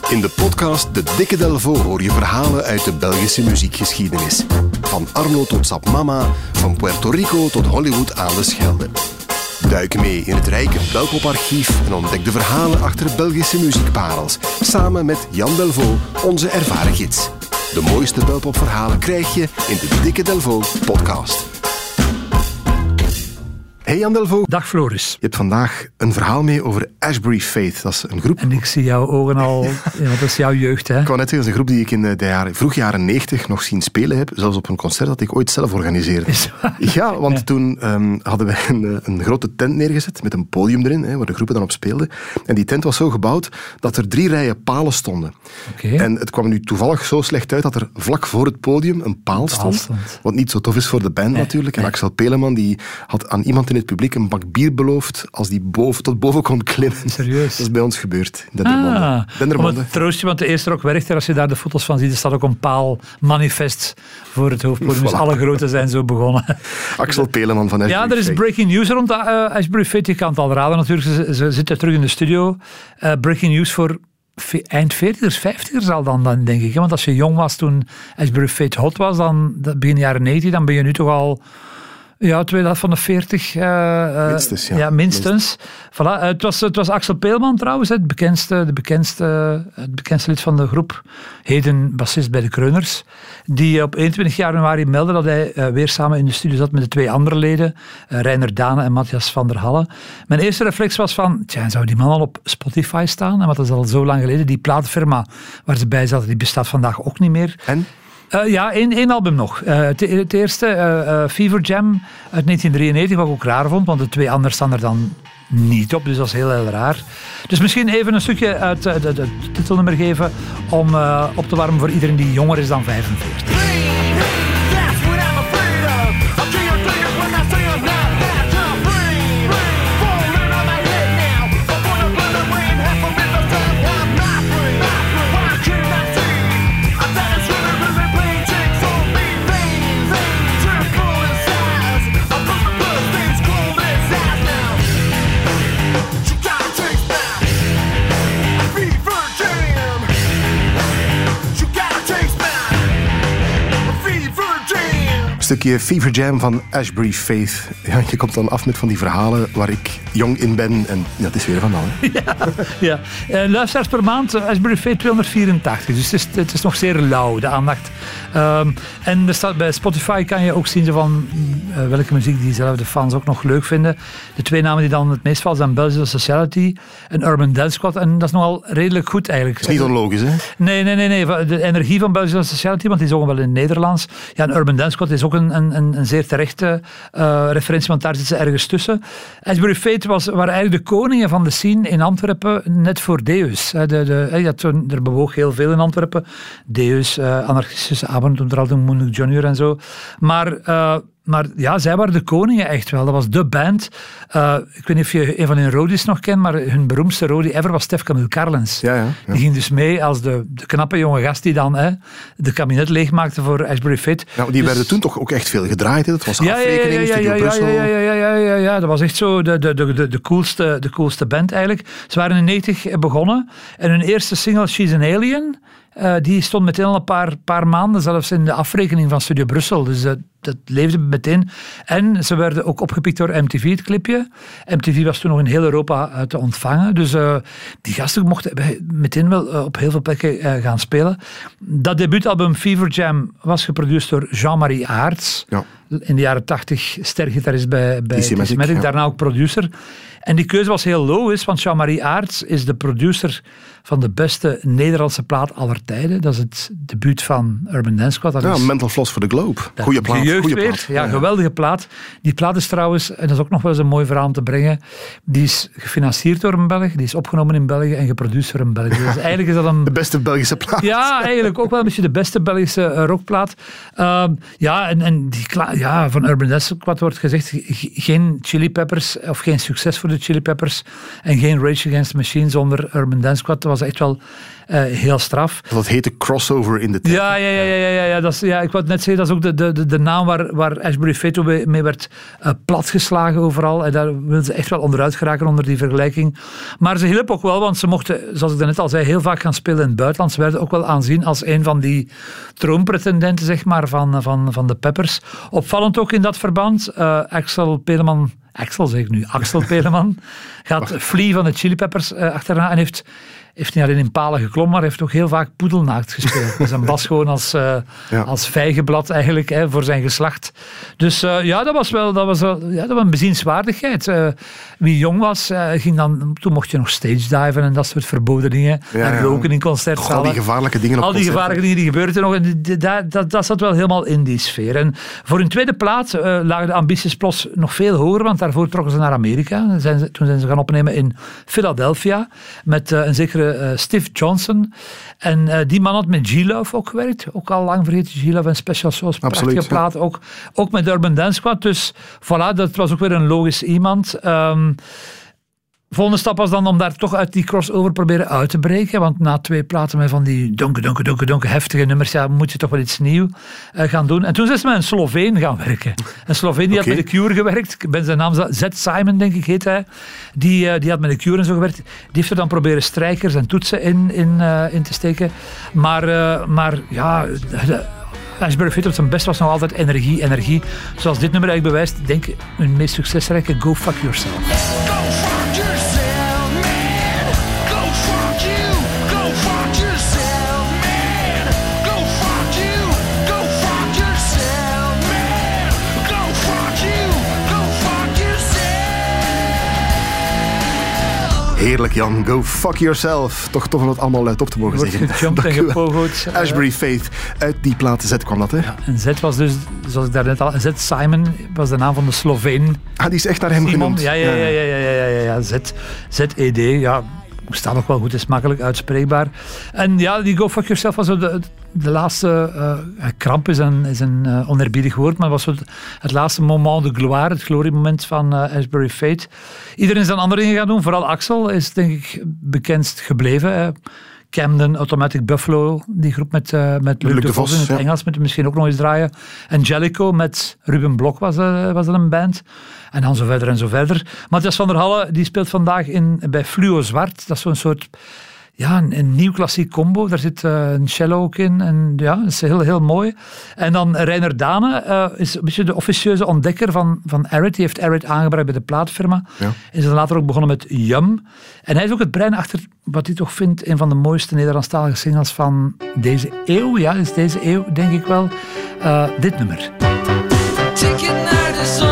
In de podcast De Dikke Delvaux hoor je verhalen uit de Belgische muziekgeschiedenis. Van Arno tot Sap Mama, van Puerto Rico tot Hollywood aan de Schelde. Duik mee in het rijke Belpoparchief en ontdek de verhalen achter Belgische muziekparels. Samen met Jan Delvaux, onze ervaren gids. De mooiste Belpopverhalen krijg je in de Dikke Delvaux podcast. Hey Jan Delvaux. Dag Floris. Je hebt vandaag een verhaal mee over Ashbury Faith. Dat is een groep. En ik zie jouw ogen al, ja, dat is jouw jeugd, hè? Ik wou net zeggen, dat is een groep die ik in de vroeg jaren 90 nog zien spelen heb. Zelfs op een concert dat ik ooit zelf organiseerde. Ja, want toen hadden wij een grote tent neergezet met een podium erin, waar de groepen dan op speelden. En die tent was zo gebouwd dat er 3 rijen palen stonden. Okay. En het kwam nu toevallig zo slecht uit dat er vlak voor het podium een paal stond. Wat niet zo tof is voor de band natuurlijk. En Axel Peleman die had aan iemand in het publiek een bak bier beloofd als die tot boven kon klimmen. Serieus? Dat is bij ons gebeurd. In Dendermonde. Om het troostje, want de eerste Rock Werchter, als je daar de foto's van ziet, er staat ook een paal manifest voor het hoofdpodium. Dus alle grote zijn zo begonnen. Axel Peleman van Ashbury Faith. Ja, er is breaking news rond Ashbury Faith. Je kan het al raden natuurlijk. Ze zitten terug in de studio. Breaking news voor eind 40ers, 50ers al dan denk ik. Want als je jong was toen Ashbury Faith hot was, dan begin jaren 90, dan ben je nu toch al... Ja, tweede helft van de 40. Minstens, ja. Ja, minstens. Voilà. Het was Axel Peleman trouwens, het bekendste lid van de groep. Heden bassist bij de Kreuners. Die op 21 januari meldde dat hij weer samen in de studio zat met de 2 andere leden. Reiner Dane en Matthias van der Halle. Mijn eerste reflex was van, zou die man al op Spotify staan? Want dat is al zo lang geleden. Die platenfirma waar ze bij zaten, die bestaat vandaag ook niet meer. En? Ja, één album nog. Het eerste, Fever Jam uit 1993, wat ik ook raar vond, want de 2 anderen staan er dan niet op, dus dat is heel raar. Dus misschien even een stukje uit het titelnummer geven om op te warmen voor iedereen die jonger is dan 45. Een stukje Fever Jam van Ashbury Faith. Ja, je komt dan af met van die verhalen waar ik jong in ben. En ja, het is weer van al. Ja. Luisteraars per maand, Ashbury Faith 284. Dus het is nog zeer lauw, de aandacht. En er staat, bij Spotify kan je ook zien van welke muziek diezelfde fans ook nog leuk vinden. De 2 namen die dan het meest vallen zijn Belgian Sociality en Urban Dance Squad. En dat is nogal redelijk goed eigenlijk. Dat is niet onlogisch, hè? Nee. De energie van Belgian Sociality, want die zongen wel in het Nederlands. Ja, en Urban Dance Squad is ook een zeer terechte referentie, want daar zit ze ergens tussen. Ashbury Faith waren eigenlijk de koningen van de scene in Antwerpen, net voor Deus. Er bewoog heel veel in Antwerpen. Deus, anarchistische avond, onder andere Moonlight Junior en zo. Maar ja, zij waren de koningen echt wel. Dat was de band. Ik weet niet of je een van hun roadies nog kent, maar hun beroemdste roadie ever was Stef Camille Carlens. Ja. Die ging dus mee als de knappe jonge gast die dan de kabinet leegmaakte voor Ashbury Faith. Ja, die werden toen toch ook echt veel gedraaid. Het was afrekening, Studio Brussel. Ja, dat was echt zo de coolste band eigenlijk. Ze waren in 90 begonnen en hun eerste single, She's an Alien, die stond meteen al een paar maanden zelfs in de afrekening van Studio Brussel. Dus dat leefde meteen. En ze werden ook opgepikt door MTV, het clipje. MTV was toen nog in heel Europa te ontvangen. Dus die gasten mochten meteen wel op heel veel plekken gaan spelen. Dat debuutalbum Fever Jam was geproduceerd door Jean-Marie Aerts. Ja. In de jaren 80 stergitarist bij Dismatic, daarna ook producer. En die keuze was heel logisch, want Jean-Marie Aerts is de producer van de beste Nederlandse plaat aller tijden. Dat is het debuut van Urban Dance Squad. Mental Floss for the Globe. Goeie plaat. Ja, geweldige plaat. Die plaat is trouwens, en dat is ook nog wel eens een mooi verhaal om te brengen, die is gefinancierd door een Belg, die is opgenomen in België en geproduceerd door een Belg. Dus eigenlijk is dat een... De beste Belgische plaat. Ja, eigenlijk ook wel een beetje de beste Belgische rockplaat. En Ja, van Urban Dance Squad wordt gezegd geen Chili Peppers of geen succes voor de Chili Peppers en geen Rage Against the Machine zonder Urban Dance Squad. Dat was echt wel heel straf. Dat heette crossover in de tijd. Ja, ik wou net zeggen, dat is ook de naam waar Ashbury Fate mee werd platgeslagen overal. En daar wilden ze echt wel onderuit geraken onder die vergelijking. Maar ze hielp ook wel, want ze mochten, zoals ik daarnet al zei, heel vaak gaan spelen in het buitenland. Ze werden ook wel aanzien als een van die troonpretendenten, zeg maar, van de Peppers. Opvallend ook in dat verband, Axel Peleman gaat Flea van de Chili Peppers achterna en heeft niet alleen in palen geklommen, maar heeft ook heel vaak poedelnaakt gespeeld. Dus een bas gewoon als vijgenblad eigenlijk voor zijn geslacht. Dus dat was wel een bezienswaardigheid. Wie jong was, toen mocht je nog stage diven en dat soort verboden dingen. En roken in concertzalen. Al die gevaarlijke dingen op Al die concerten. gevaarlijke dingen die gebeurden nog. En dat zat wel helemaal in die sfeer. En voor hun tweede plaats lagen de ambities plots nog veel hoger, want daarvoor trokken ze naar Amerika. Toen zijn ze gaan opnemen in Philadelphia met een zekere Steve Johnson. En die man had met G-Love ook gewerkt. Ook al lang vergeten, G-Love en Special Sauce. Prachtige plaat. Ook met Urban Dance Squad. Dus voilà, dat was ook weer een logisch iemand. Volgende stap was dan om daar toch uit die crossover proberen uit te breken. Want na 2 platen met van die donker heftige nummers, moet je toch wel iets nieuws gaan doen. En toen is ze met een Sloveen gaan werken. Een Sloveen die had met de Cure gewerkt. Ik ben zijn naam Z. Simon, denk ik, heet hij. Die had met de Cure en zo gewerkt. Die heeft er dan proberen strijkers en toetsen in te steken. Maar Ashbury Fate op zijn best was nog altijd energie. Zoals dit nummer eigenlijk bewijst, denk ik, hun meest succesrijke Go Fuck Yourself. Heerlijk, Jan. Go fuck yourself. Toch om het allemaal luid op te mogen zeggen. Gejumpt en gepogoed. Ashbury Fate. Uit die plaat Z kwam dat, hè? Ja, en Z was dus, zoals ik daarnet al... Z. Simon was de naam van de Sloveen. Die is echt naar hem genoemd. Ja. Z-E-D, ja. Staat nog wel goed, is makkelijk uitspreekbaar. En ja, die Go Fuck Yourself was zo de laatste... kramp is een oneerbiedig woord, maar was zo het laatste moment de gloire, het gloriemoment van Ashbury Fate. Iedereen is dan andere dingen gaan doen. Vooral Axel is, denk ik, bekendst gebleven. Camden, Automatic Buffalo, die groep met Luc de Vos in het Engels, met misschien ook nog eens draaien. En Jellico met Ruben Blok was dat een band. En dan zo verder en zo verder. Matthias van der Halle, die speelt vandaag bij Fluo Zwart. Dat is zo'n soort... Ja, een nieuw klassiek combo. Daar zit een cello ook in. En ja, dat is heel, heel mooi. En dan Reiner Dane is een beetje de officieuze ontdekker van Arid. Die heeft Arid aangebracht bij de plaatfirma. Ja. Is dan later ook begonnen met Yum. En hij is ook het brein achter wat hij toch vindt een van de mooiste Nederlandstalige singles van deze eeuw. Ja, is deze eeuw, denk ik wel. Dit nummer. Take it naar de zon.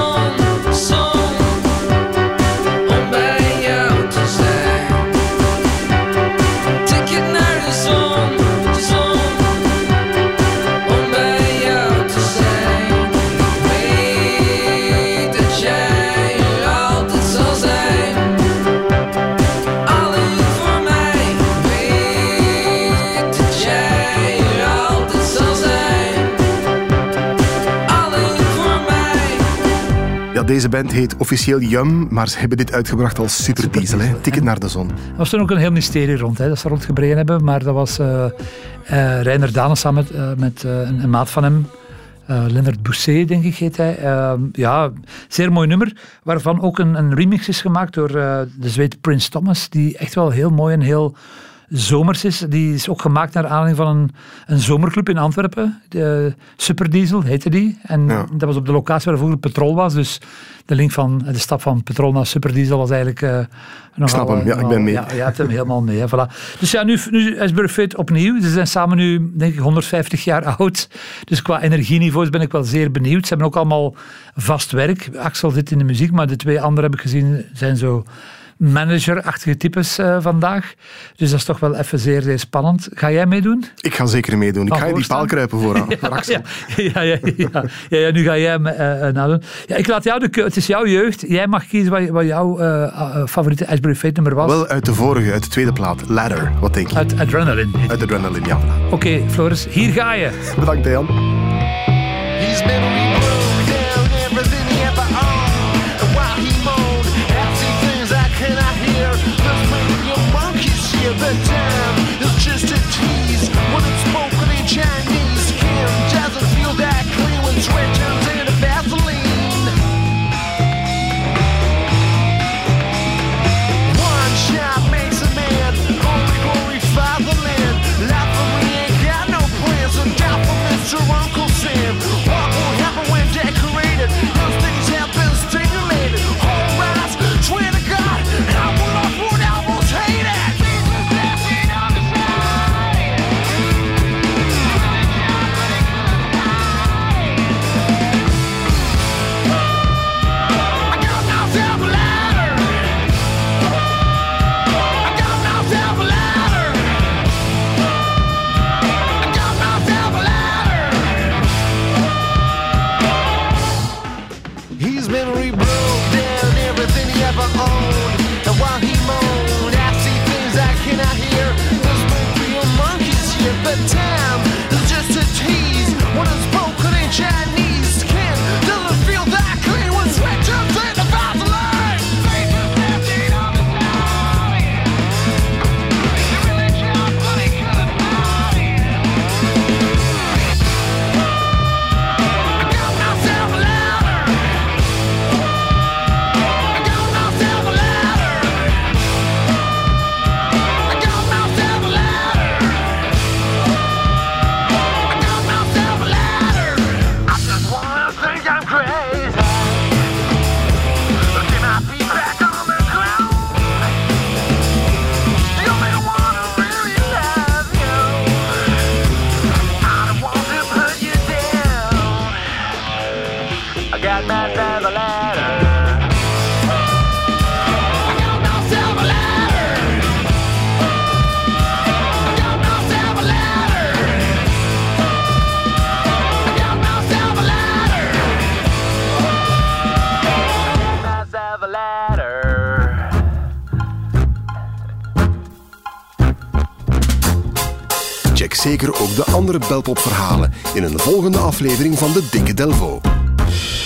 Deze band heet officieel Yum, maar ze hebben dit uitgebracht als Super Diesel. Ticket naar de zon. Er was toen ook een heel mysterie rond, dat ze rondgebreid hebben. Maar dat was Reiner Dane samen met een maat van hem. Leonard Bousset, denk ik, heet hij. Zeer mooi nummer, waarvan ook een remix is gemaakt door de Zweed Prince Thomas, die echt wel heel mooi en heel zomers is. Die is ook gemaakt naar aanleiding van een zomerclub in Antwerpen. De Super Diesel heette die. En dat was op de locatie waar vroeger Petrol was. Dus de link van de stap van Petrol naar Super Diesel was eigenlijk... ik snap hem, ik ben mee. Ja, je hebt hem helemaal mee. Hè, voilà. Dus ja, nu Ashbury Fate opnieuw. Ze zijn samen nu, denk ik, 150 jaar oud. Dus qua energieniveaus ben ik wel zeer benieuwd. Ze hebben ook allemaal vast werk. Axel zit in de muziek, maar de 2 anderen heb ik gezien zijn zo... manager-achtige types vandaag. Dus dat is toch wel even zeer, zeer spannend. Ga jij meedoen? Ik ga zeker meedoen. Ik ga je die paal kruipen voor Axel. Ja, nu ga jij nadoen. Ja, ik laat jou het is jouw jeugd. Jij mag kiezen wat jouw favoriete Ashbury Fate nummer was. Wel uit de tweede plaat. Ladder, wat denk je? Uit Adrenaline. Uit Adrenaline, ja. Oké, Floris, hier ga je. Bedankt, Jan. He's memory broke. good time. It's just a tease. When it's broken in Chinese skin, doesn't feel that clean when sweat jumps in the Vaseline. Faces lifted on the side. You really just funny couldn't hide. I got myself a ladder. I got myself a ladder. I got myself a ladder. I got myself a ladder. I just wanna think I'm crazy. Get my feet back on the ground. You only wanna really love you. I don't want to put you down. I got myself a ladder. I got myself a ladder. I got myself a ladder. I got myself a ladder. Myself a ladder. Check zeker ook de andere Belpop-verhalen in een volgende aflevering van de Dikke Delvaux.